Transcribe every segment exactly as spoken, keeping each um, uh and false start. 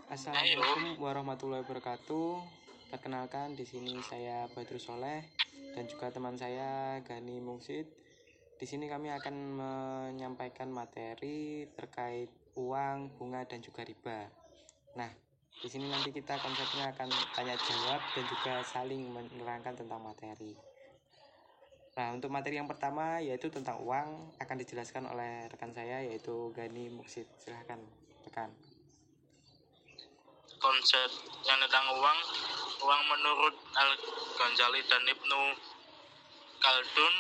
Assalamualaikum warahmatullahi wabarakatuh. Perkenalkan, di sini saya Badrus Soleh dan juga teman saya Gani Mungsid. Di sini kami akan menyampaikan materi terkait uang, bunga dan juga riba. Nah, di sini nanti kita konsepnya akan tanya jawab dan juga saling menerangkan tentang materi. Nah, untuk materi yang pertama yaitu tentang uang akan dijelaskan oleh rekan saya yaitu Gani Mungsid. Silahkan rekan. Konsep yang tentang uang, uang menurut Al-Ghazali dan Ibnu Khaldun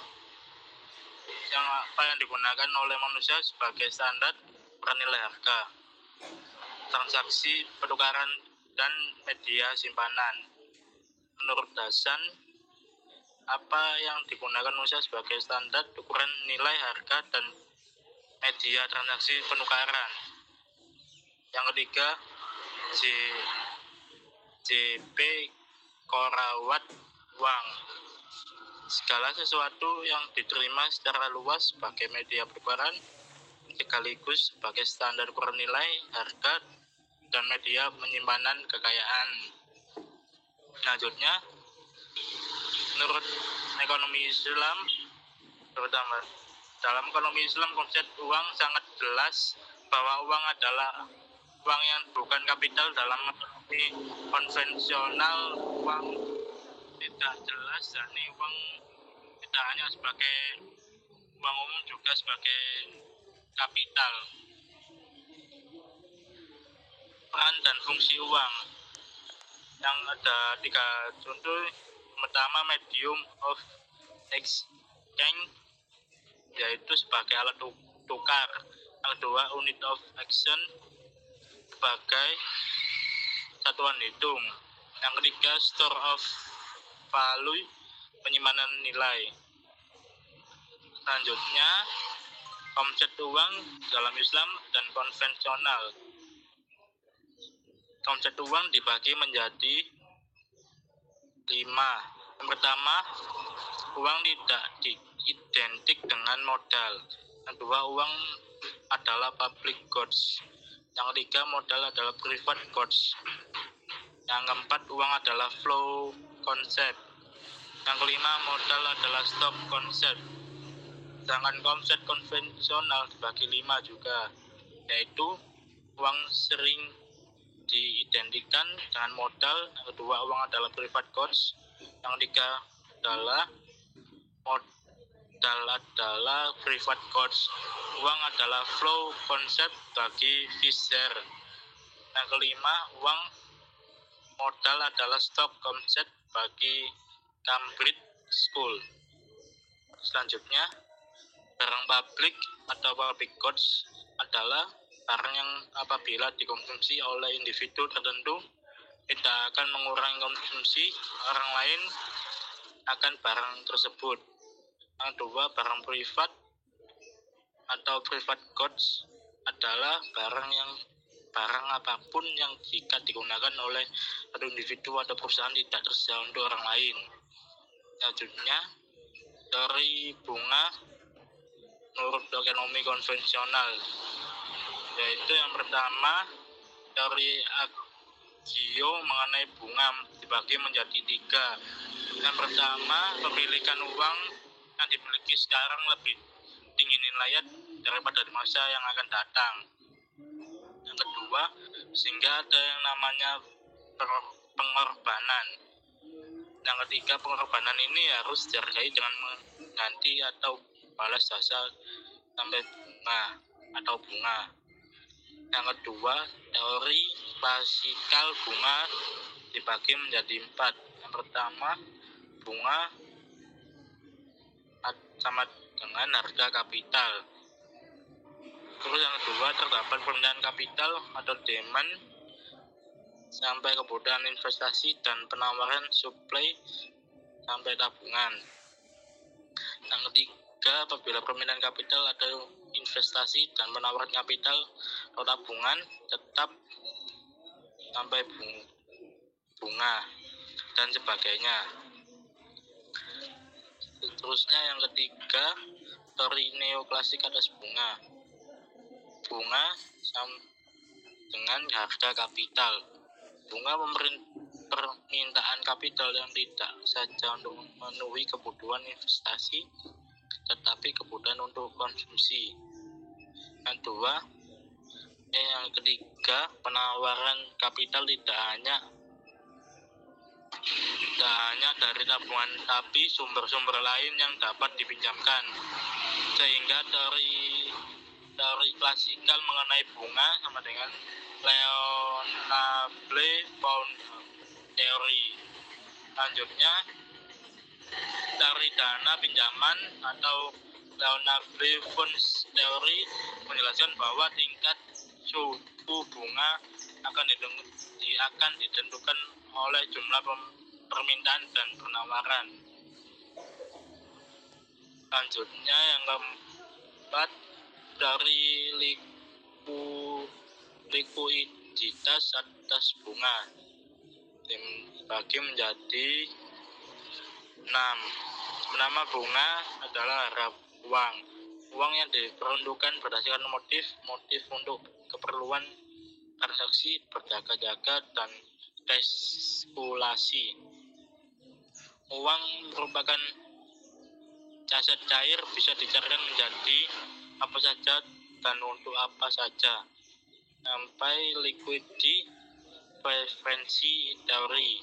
yang apa yang digunakan oleh manusia sebagai standar bernilai harga, transaksi pertukaran dan media simpanan. Menurut Hasan, apa yang digunakan manusia sebagai standar ukuran nilai harga dan media transaksi penukaran. Yang ketiga, J J P Korawat uang. Segala sesuatu yang diterima secara luas sebagai media pertukaran sekaligus sebagai standar ukuran nilai harga dan media penyimpanan kekayaan. Selanjutnya, menurut ekonomi Islam, terutama dalam ekonomi Islam, konsep uang sangat jelas bahwa uang adalah uang yang bukan kapital. Dalam ekonomi konvensional, uang tidak jelas, yakni uang tidak hanya sebagai uang umum juga sebagai kapital. Peran dan fungsi uang yang ada tiga contoh. Pertama, medium of exchange, yaitu sebagai alat tukar. Yang kedua, unit of action, sebagai satuan hitung. Yang ketiga, store of value, penyimpanan nilai. Selanjutnya, konsep uang dalam Islam dan konvensional. Konsep uang dibagi menjadi lima. Yang pertama, uang tidak identik dengan modal. Yang kedua, uang adalah public goods. Yang ketiga, modal adalah private goods. Yang keempat, uang adalah flow concept. Yang kelima, modal adalah stock concept. Sedangkan konsep konvensional dibagi lima juga, yaitu uang sering diidentikan dengan modal. Yang kedua, uang adalah private goods. Yang ketiga adalah modal adalah private goods. Uang adalah flow concept bagi Fisher. Yang kelima, uang modal adalah stock concept bagi Cambridge School. Selanjutnya, barang publik atau public goods adalah barang yang apabila dikonsumsi oleh individu tertentu tidak akan mengurangi konsumsi orang lain akan barang tersebut. Yang kedua, barang privat atau private goods adalah barang yang barang apapun yang jika digunakan oleh satu individu atau perusahaan tidak tersedia untuk orang lain. Selanjutnya, teori bunga menurut ekonomi konvensional, yaitu yang pertama, teori Agio mengenai bunga dibagi menjadi tiga. Yang pertama, pemilikan uang yang dimiliki sekarang lebih tinggi nilainya daripada di masa yang akan datang. Yang kedua, sehingga ada yang namanya pengorbanan. Yang ketiga, pengorbanan ini harus dihargai dengan mengganti atau balas jasa sampai bunga atau bunga. Yang kedua, teori klasikal bunga dibagi menjadi empat. Yang pertama, bunga sama dengan harga kapital. Terus yang kedua, terdapat permintaan kapital atau demand, sampai kemudian investasi dan penawaran supply sampai tabungan. Yang ketiga, apabila permintaan kapital atau investasi dan penawaran kapital atau tabungan tetap sampai bunga dan sebagainya. Seterusnya yang ketiga, teori neoklasik atas bunga. Bunga sam- dengan harga kapital. Bunga permintaan kapital yang tidak saja untuk memenuhi kebutuhan investasi, tetapi kebutuhan untuk konsumsi. Yang kedua, eh, yang ketiga, penawaran kapital tidak hanya tidak hanya dari tabungan, tapi sumber-sumber lain yang dapat dipinjamkan. Sehingga teori teori klasikal mengenai bunga sama dengan Leonable Pound Theory. Selanjutnya, teori dana pinjaman atau Leonable Funds Theory menjelaskan bahwa tingkat suku bunga akan akan ditentukan oleh jumlah permintaan dan penawaran. Selanjutnya yang keempat, dari liku, likuiditas atas bunga dibagi menjadi enam. Pertama, bunga adalah harap uang. Uang yang diperuntukkan berdasarkan motif, motif untuk keperluan transaksi, berjaga-jaga, dan spekulasi. Uang merupakan aset cair, bisa dicairkan menjadi apa saja dan untuk apa saja. Sampai liquidity preferensi teori.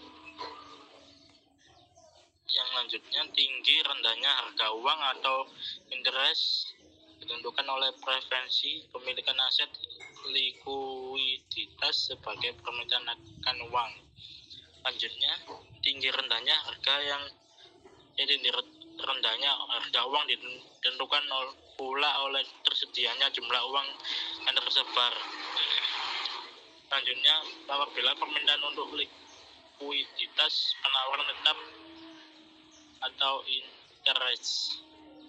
Yang selanjutnya, tinggi rendahnya harga uang atau interest ditentukan oleh preferensi pemilikan aset likuiditas sebagai permintaan akan uang. Selanjutnya, tinggi rendahnya harga yang jadi rendahnya harga uang ditentukan pula oleh tersedianya jumlah uang yang tersebar. Selanjutnya, apabila permintaan untuk likuiditas, penawaran tetap atau interest.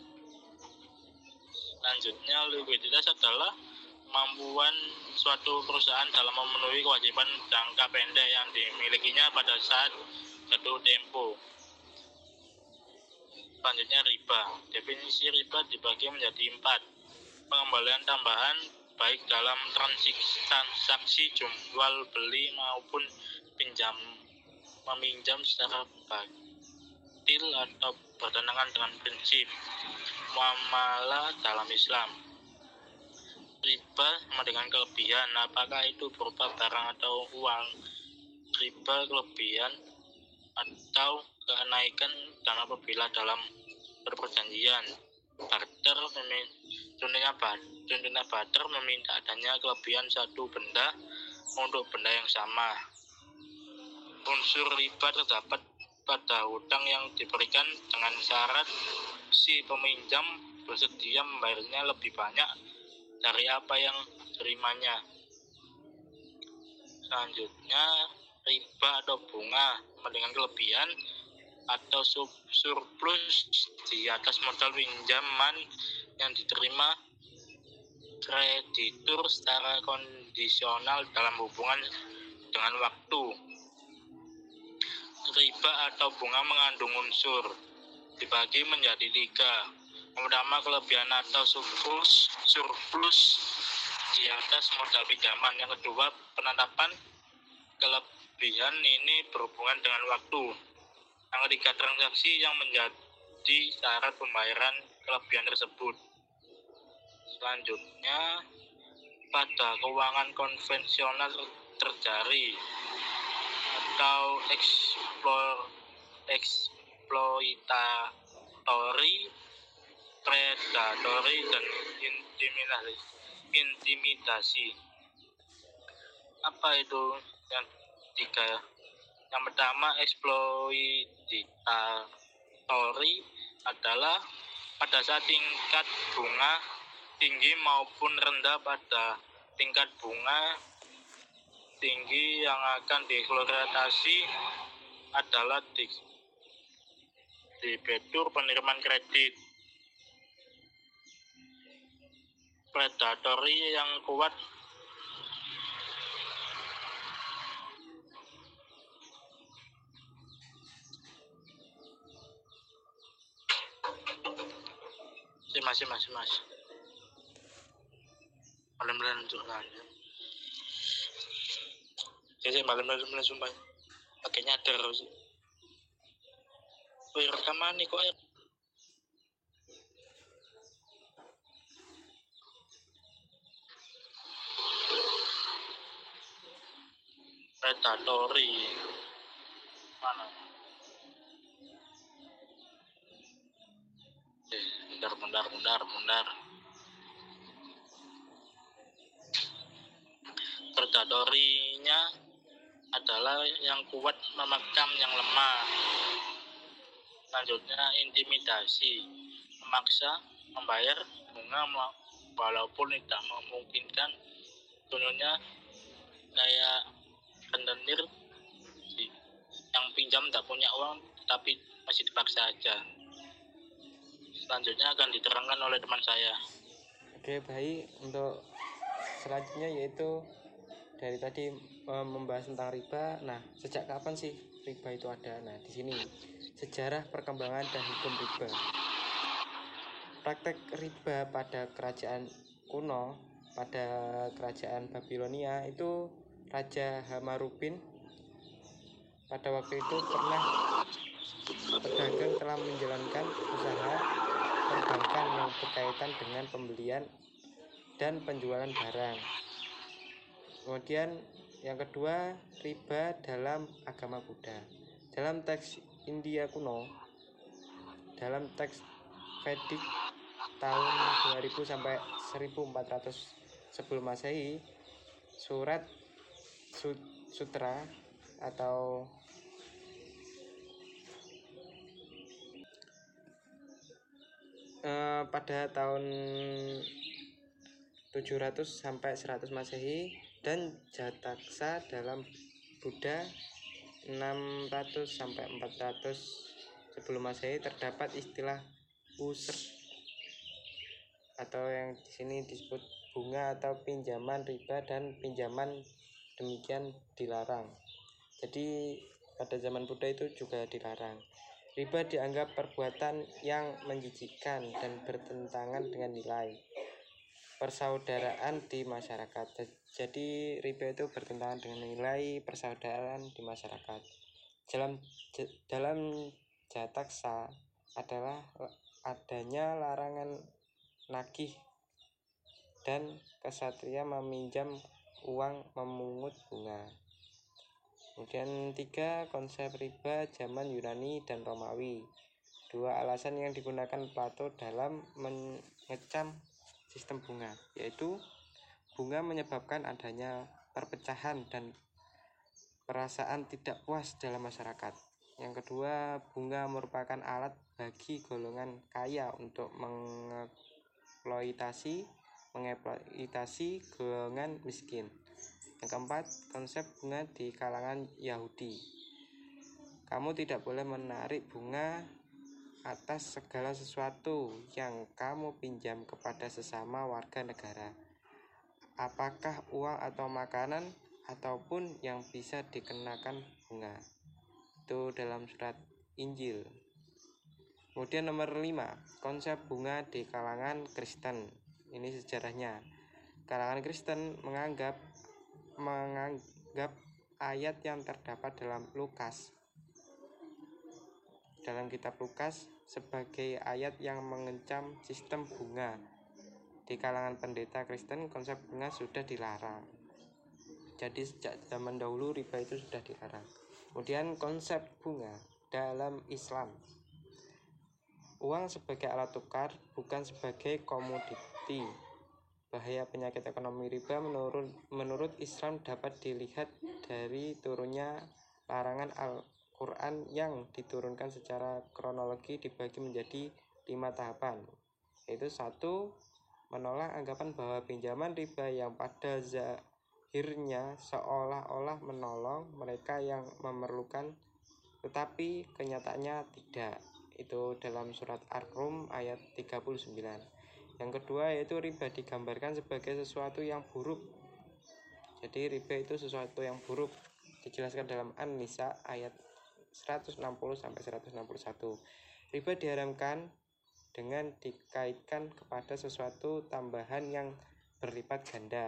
Selanjutnya, likuiditas adalah kemampuan suatu perusahaan dalam memenuhi kewajiban jangka pendek yang dimilikinya pada saat jatuh tempo. Selanjutnya, riba. Definisi riba dibagi menjadi empat. Pengembalian tambahan baik dalam transaksi, transaksi jual beli maupun pinjam meminjam secara batil atau bertentangan dengan prinsip muamalah dalam Islam. Riba sama dengan kelebihan, apakah itu berupa barang atau uang. Riba kelebihan atau kenaikan dan apabila dalam perjanjian barter, contohnya contohnya barter meminta adanya kelebihan satu benda untuk benda yang sama. Unsur riba terdapat pada hutang yang diberikan dengan syarat si peminjam bersedia membayarnya lebih banyak dari apa yang terimanya. Selanjutnya, riba atau bunga dengan kelebihan atau surplus di atas modal pinjaman yang diterima kreditur secara kondisional dalam hubungan dengan waktu. Riba atau bunga mengandung unsur dibagi menjadi tiga. Yang pertama, kelebihan atau surplus surplus di atas modal pinjaman. Yang kedua, penetapan kelebihan ini berhubungan dengan waktu. Yang ketiga, transaksi yang menjadi syarat pembayaran kelebihan tersebut. Selanjutnya, pada keuangan konvensional terjadi atau explore, exploitatory, predatory, dan intimidasi. intimidasi. Apa itu yang tiga? Yang pertama, exploitatory adalah pada saat tingkat bunga tinggi maupun rendah. Pada tingkat bunga tinggi yang akan dieksploitasi adalah di debitur penerimaan kredit. Predatory yang kuat masih masih masih malam-malam untuk lanjut. Jadi malam-malam sumpah pakai nyadar sih. Wih, rekaman nih kok ya. Predatory. Mana? Eh, bentar, bentar, bentar, bentar. Predatory-nya adalah yang kuat memakam yang lemah. Selanjutnya intimidasi, memaksa membayar bunga walaupun tidak memungkinkan. Contohnya kayak rentenir yang pinjam tak punya uang tapi masih dipaksa aja. Selanjutnya akan diterangkan oleh teman saya. Oke, baik. Untuk selanjutnya yaitu dari tadi membahas tentang riba. Nah, sejak kapan sih riba itu ada? Nah, di sini sejarah perkembangan dan hukum riba. Praktek riba pada kerajaan kuno, pada kerajaan Babilonia itu Raja Hammurabi pada waktu itu pernah pedagang telah menjalankan usaha perbankan yang berkaitan dengan pembelian dan penjualan barang. Kemudian yang kedua, riba dalam agama Buddha. Dalam teks India kuno, dalam teks Vedic tahun dua ribu sampai seribu empat ratus sebelum Masehi, surat sutra atau eh, pada tahun tujuh ratus sampai seratus Masehi dan Jataksa dalam Buddha enam ratus sampai empat ratus sebelum Masehi terdapat istilah usr atau yang di sini disebut bunga atau pinjaman riba, dan pinjaman demikian dilarang. Jadi pada zaman Buddha itu juga dilarang. Riba dianggap perbuatan yang menjijikkan dan bertentangan dengan nilai persaudaraan di masyarakat. Jadi riba itu bertentangan dengan nilai persaudaraan di masyarakat. Dalam dalam Jataksa adalah adanya larangan nagih dan kesatria meminjam uang memungut bunga. Kemudian tiga, konsep riba zaman Yunani dan Romawi. Dua alasan yang digunakan Plato dalam mengecam sistem bunga, yaitu bunga menyebabkan adanya perpecahan dan perasaan tidak puas dalam masyarakat. Yang kedua, bunga merupakan alat bagi golongan kaya untuk mengeksploitasi mengeksploitasi golongan miskin. Yang keempat, konsep bunga di kalangan Yahudi. Kamu tidak boleh menarik bunga atas segala sesuatu yang kamu pinjam kepada sesama warga negara, apakah uang atau makanan ataupun yang bisa dikenakan bunga. Itu dalam surat Injil. Kemudian nomor lima, konsep bunga di kalangan Kristen. Ini sejarahnya. Kalangan Kristen menganggap menganggap ayat yang terdapat dalam Lukas dalam kitab Lukas sebagai ayat yang mengancam sistem bunga. Di kalangan pendeta Kristen, konsep bunga sudah dilarang. Jadi sejak zaman dahulu riba itu sudah dilarang. Kemudian konsep bunga dalam Islam. Uang sebagai alat tukar, bukan sebagai komoditi. Bahaya penyakit ekonomi riba menurut menurut Islam dapat dilihat dari turunnya larangan Al-Quran yang diturunkan secara kronologi dibagi menjadi lima tahapan, yaitu satu, menolak anggapan bahwa pinjaman riba yang pada zahirnya seolah-olah menolong mereka yang memerlukan, tetapi kenyataannya tidak. Itu dalam surat Ar-Rum ayat tiga puluh sembilan. Yang kedua yaitu riba digambarkan sebagai sesuatu yang buruk. Jadi riba itu sesuatu yang buruk, dijelaskan dalam An-Nisa ayat seratus enam puluh sampai seratus enam puluh satu. Riba diharamkan dengan dikaitkan kepada sesuatu tambahan yang berlipat ganda.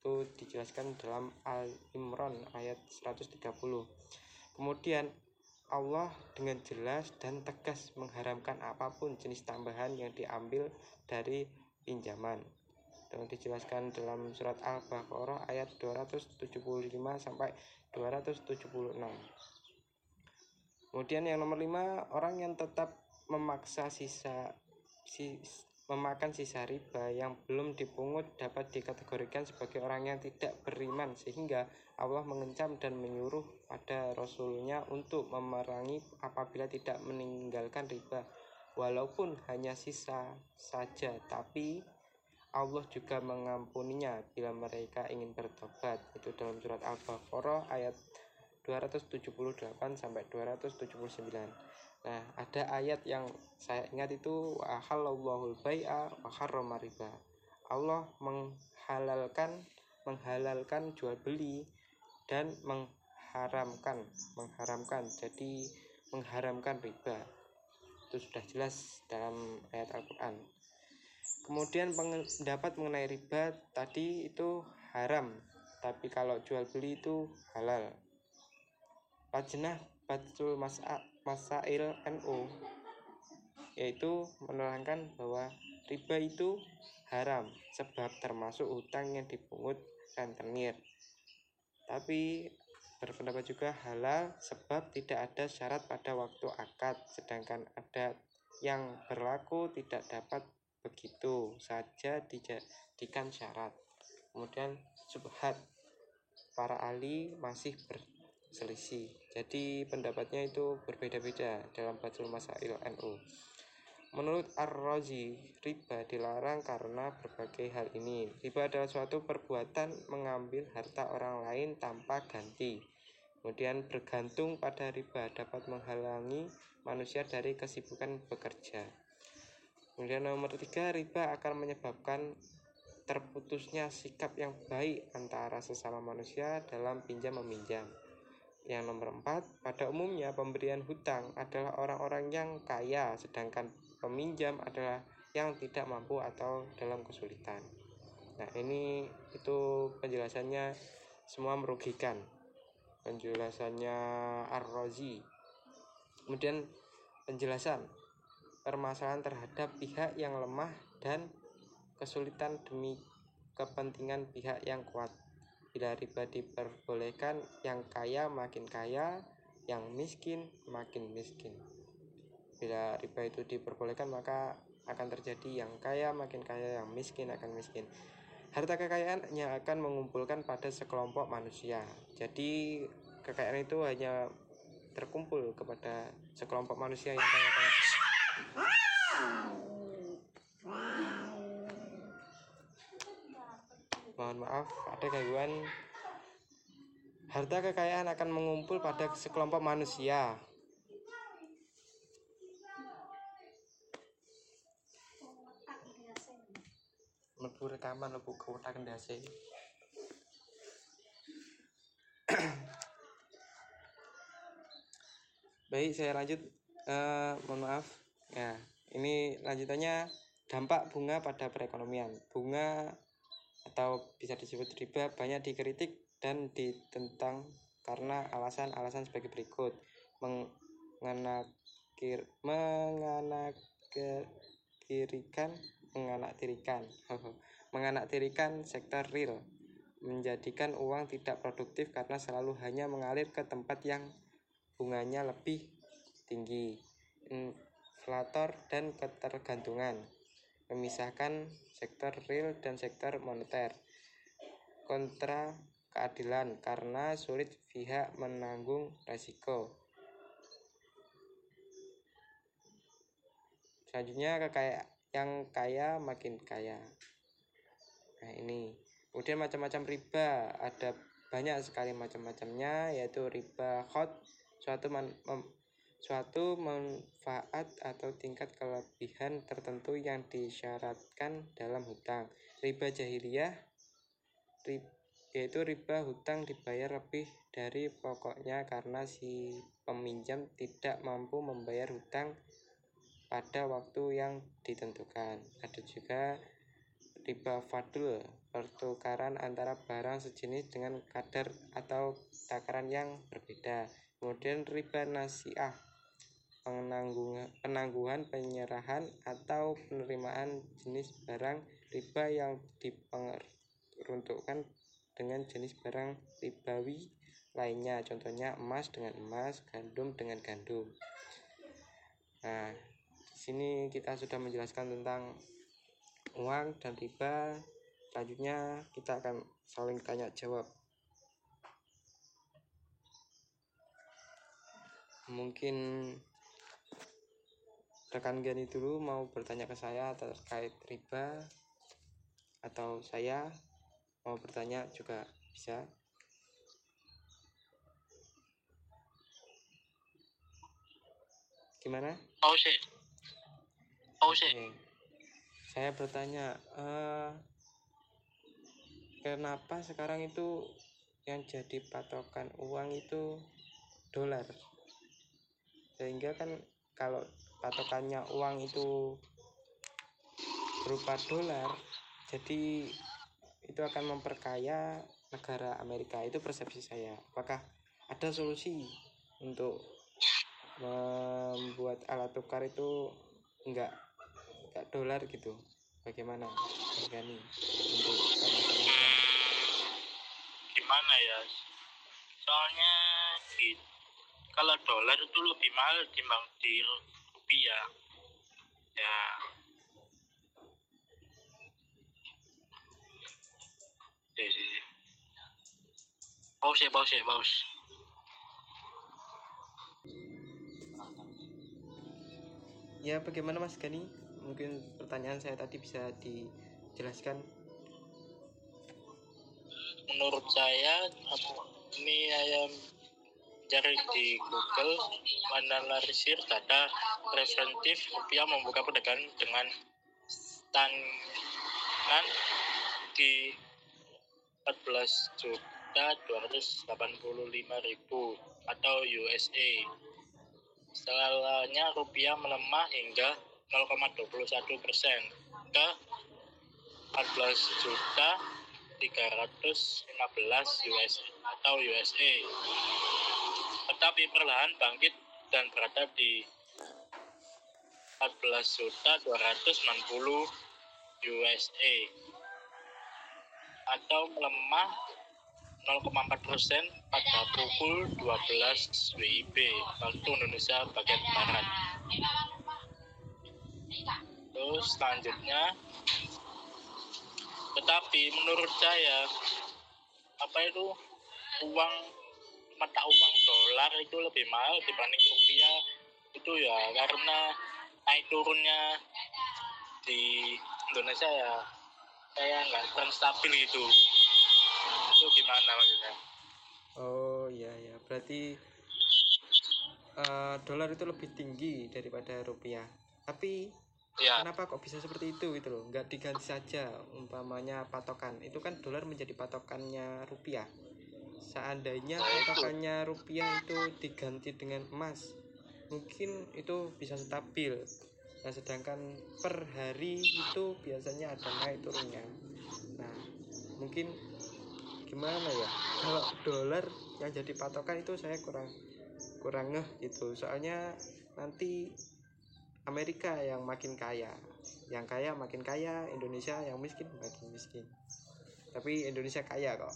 Itu dijelaskan dalam Al-Imran ayat seratus tiga puluh. Kemudian Allah dengan jelas dan tegas mengharamkan apapun jenis tambahan yang diambil dari pinjaman. Dan dijelaskan dalam surat Al-Baqarah ayat dua ratus tujuh puluh lima sampai dua ratus tujuh puluh enam. Kemudian yang nomor lima, orang yang tetap memaksa sisa si, memakan sisa riba yang belum dipungut dapat dikategorikan sebagai orang yang tidak beriman, sehingga Allah mengencam dan menyuruh pada Rasulnya untuk memerangi apabila tidak meninggalkan riba, walaupun hanya sisa saja, tapi Allah juga mengampuninya bila mereka ingin bertobat. Itu dalam surat Al-Baqarah ayat dua ratus tujuh puluh delapan sampai dua ratus tujuh puluh sembilan. Nah, ada ayat yang saya ingat itu ahallallahul bai'a wa harrama riba. Allah menghalalkan menghalalkan jual beli dan mengharamkan mengharamkan jadi mengharamkan riba. Itu sudah jelas dalam ayat Al-Qur'an. Kemudian pendapat mengenai riba tadi itu haram, tapi kalau jual beli itu halal. Lajnah Batul Masail N U yaitu menerangkan bahwa riba itu haram sebab termasuk hutang yang dipungut rentenir, tapi berpendapat juga halal sebab tidak ada syarat pada waktu akad, sedangkan adat yang berlaku tidak dapat begitu saja dijadikan syarat. Kemudian subhat, para ahli masih berselisih, jadi pendapatnya itu berbeda-beda dalam Batul Masail N U. Menurut Ar-Razi, riba dilarang karena berbagai hal ini. Riba adalah suatu perbuatan mengambil harta orang lain tanpa ganti. Kemudian bergantung pada riba dapat menghalangi manusia dari kesibukan bekerja. Kemudian nomor tiga, riba akan menyebabkan terputusnya sikap yang baik antara sesama manusia dalam pinjam meminjam. Yang nomor empat, pada umumnya pemberian hutang adalah orang-orang yang kaya, sedangkan peminjam adalah yang tidak mampu atau dalam kesulitan. Nah, ini itu penjelasannya semua merugikan. Penjelasannya Ar-Razi. Kemudian penjelasan permasalahan terhadap pihak yang lemah dan kesulitan demi kepentingan pihak yang kuat. Bila riba diperbolehkan, yang kaya makin kaya, yang miskin makin miskin. Bila riba itu diperbolehkan, maka akan terjadi yang kaya makin kaya, yang miskin akan miskin. Harta kekayaan hanya akan mengumpulkan pada sekelompok manusia. Jadi kekayaan itu hanya terkumpul kepada sekelompok manusia yang kaya-kaya. Mohon maaf, ada gangguan. Harta kekayaan akan mengumpul pada sekelompok manusia. Metu rekaman lebu kotak ndase. Baik, saya lanjut. Uh, mohon maaf. Ya, ini lanjutannya dampak bunga pada perekonomian. Bunga atau bisa disebut riba banyak dikritik dan ditentang karena alasan-alasan sebagai berikut. Menganakir, menganaktirikan menganaktirikan menganaktirikan sektor real, menjadikan uang tidak produktif karena selalu hanya mengalir ke tempat yang bunganya lebih tinggi, inflator dan ketergantungan, memisahkan sektor real dan sektor moneter, kontra keadilan karena sulit pihak menanggung resiko. Selanjutnya kekayaan yang kaya makin kaya. Nah, ini kemudian macam-macam riba, ada banyak sekali macam-macamnya, yaitu riba khot, suatu man, mem, suatu manfaat atau tingkat kelebihan tertentu yang disyaratkan dalam hutang. Riba jahiliyah, riba, yaitu riba hutang dibayar lebih dari pokoknya karena si peminjam tidak mampu membayar hutang pada waktu yang ditentukan. Ada juga riba fadl, pertukaran antara barang sejenis dengan kadar atau takaran yang berbeda. Kemudian riba nasiah, penangguhan, penangguhan penyerahan atau penerimaan jenis barang riba yang diperuntukkan dengan jenis barang ribawi lainnya, contohnya emas dengan emas, gandum dengan gandum. Nah, di sini kita sudah menjelaskan tentang uang dan riba. Selanjutnya kita akan saling tanya jawab. Mungkin rekan Gani dulu mau bertanya ke saya terkait riba, atau saya mau bertanya juga bisa. Gimana? Oh sih. Oh sih. Oke. Saya bertanya, eh, kenapa sekarang itu yang jadi patokan uang itu dolar? Sehingga kan kalau patokannya uang itu berupa dolar, jadi itu akan memperkaya negara Amerika. Itu persepsi saya. Apakah ada solusi untuk membuat alat tukar itu enggak enggak dolar gitu? Bagaimana Gani untuk permasalahan uang? Gimana ya? Soalnya di kalau dolar itu lebih mahal timbang di rupiah. Ya, sih sih. Paus ya, paus ya, paus. Ya, bagaimana Mas Gani? Mungkin pertanyaan saya tadi bisa dijelaskan. Menurut saya, ini ayam cari di Google menganalisis data preventif rupiah membuka perdagangan dengan stagnan di empat belas juta dua ratus delapan puluh lima ribu atau U S A. Setelahnya rupiah melemah hingga nol koma dua satu persen ke empat belas juta tiga ratus lima belas U S atau U S A. Tetapi perlahan bangkit dan berada di empat belas juta dua ratus enam puluh U S A atau melemah nol koma empat persen pada pukul dua belas W I B waktu Indonesia bagian barat. Terus selanjutnya, tetapi menurut saya apa itu uang mata uang dolar itu lebih mahal dibanding rupiah itu ya karena naik turunnya di Indonesia ya saya nggak kurang stabil gitu. Itu gimana maksudnya? Oh iya ya, berarti uh, dolar itu lebih tinggi daripada rupiah. Tapi ya, kenapa kok bisa seperti itu gitu loh? Nggak diganti saja umpamanya patokan. Itu kan dolar menjadi patokannya rupiah. Seandainya patokannya rupiah itu diganti dengan emas, mungkin itu bisa stabil. Nah, sedangkan per hari itu biasanya ada naik turunnya. Nah, mungkin gimana ya? Kalau dolar yang jadi patokan itu saya kurang kurang ngeh gitu. Soalnya nanti Amerika yang makin kaya, yang kaya makin kaya, Indonesia yang miskin makin miskin. Tapi Indonesia kaya kok.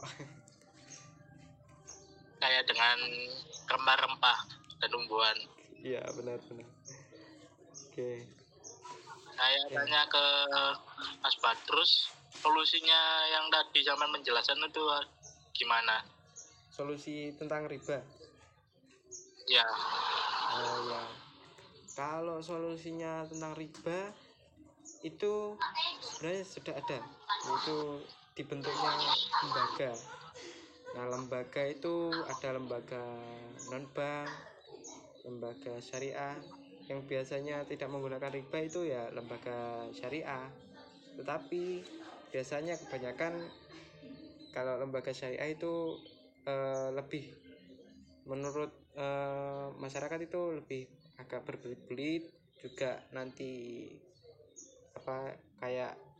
Kaya dengan rempah-rempah dan tumbuhan. Iya, benar-benar. Oke. Saya ya. Tanya ke Mas Badrus, solusinya yang tadi zaman menjelaskan itu gimana? Solusi tentang riba? Ya. Oh ya. Kalau solusinya tentang riba itu sebenarnya sudah ada, yaitu dibentuknya lembaga. Nah, lembaga itu ada lembaga non-bank, lembaga syariah. Yang biasanya tidak menggunakan riba itu ya lembaga syariah. Tetapi biasanya kebanyakan kalau lembaga syariah itu eh, lebih menurut eh, masyarakat itu lebih agak berbelit-belit juga, nanti apa kayak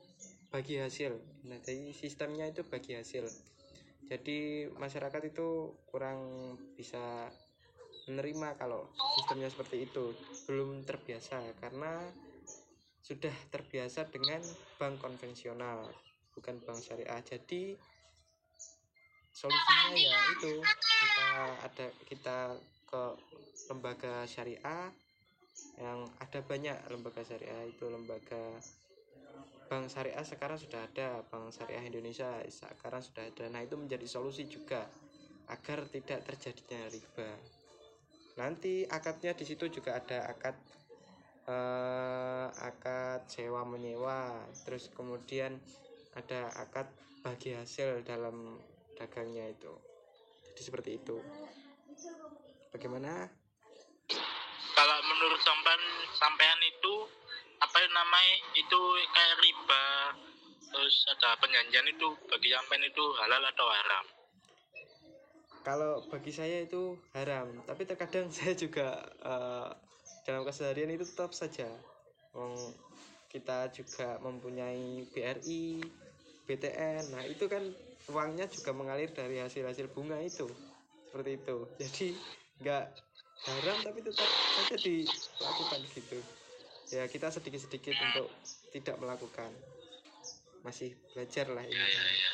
bagi hasil. Nah, jadi sistemnya itu bagi hasil. Jadi masyarakat itu kurang bisa menerima kalau sistemnya seperti itu, belum terbiasa karena sudah terbiasa dengan bank konvensional, bukan bank syariah. Jadi solusinya ya itu, kita ada kita ke lembaga syariah, yang ada banyak lembaga syariah itu. Lembaga bank syariah sekarang sudah ada, Bank Syariah Indonesia sekarang sudah ada. Nah, itu menjadi solusi juga agar tidak terjadinya riba. Nanti akadnya di situ juga ada akad eh, akad sewa menyewa, terus kemudian ada akad bagi hasil dalam dagangnya itu. Jadi seperti itu. Bagaimana? Kalau menurut sampean sampean itu apa yang namanya itu kayak riba, terus ada perjanjian itu bagi sampean itu halal atau haram? Kalau bagi saya itu haram, tapi terkadang saya juga uh, dalam keseharian itu tetap saja. Um, kita juga mempunyai B R I, B T N. Nah, itu kan uangnya juga mengalir dari hasil-hasil bunga itu. Seperti itu. Jadi nggak haram tapi tetap saja dilakukan gitu. Ya, kita sedikit-sedikit untuk tidak melakukan. Masih belajar lah ini. Ya, ya, ya.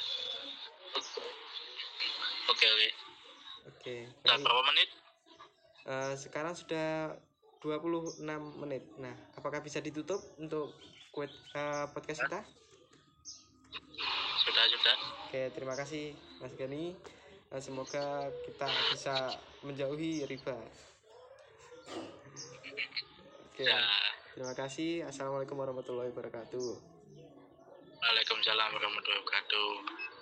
Oke, oke. Oke, Udah baik. berapa menit? Uh, sekarang sudah dua puluh enam menit. Nah, apakah bisa ditutup untuk uh, podcast kita? Sudah, sudah. Oke, terima kasih Mas Gani. Uh, semoga kita bisa menjauhi riba. Oke, Ya. terima kasih. Assalamualaikum warahmatullahi wabarakatuh. Waalaikumsalam warahmatullahi wabarakatuh.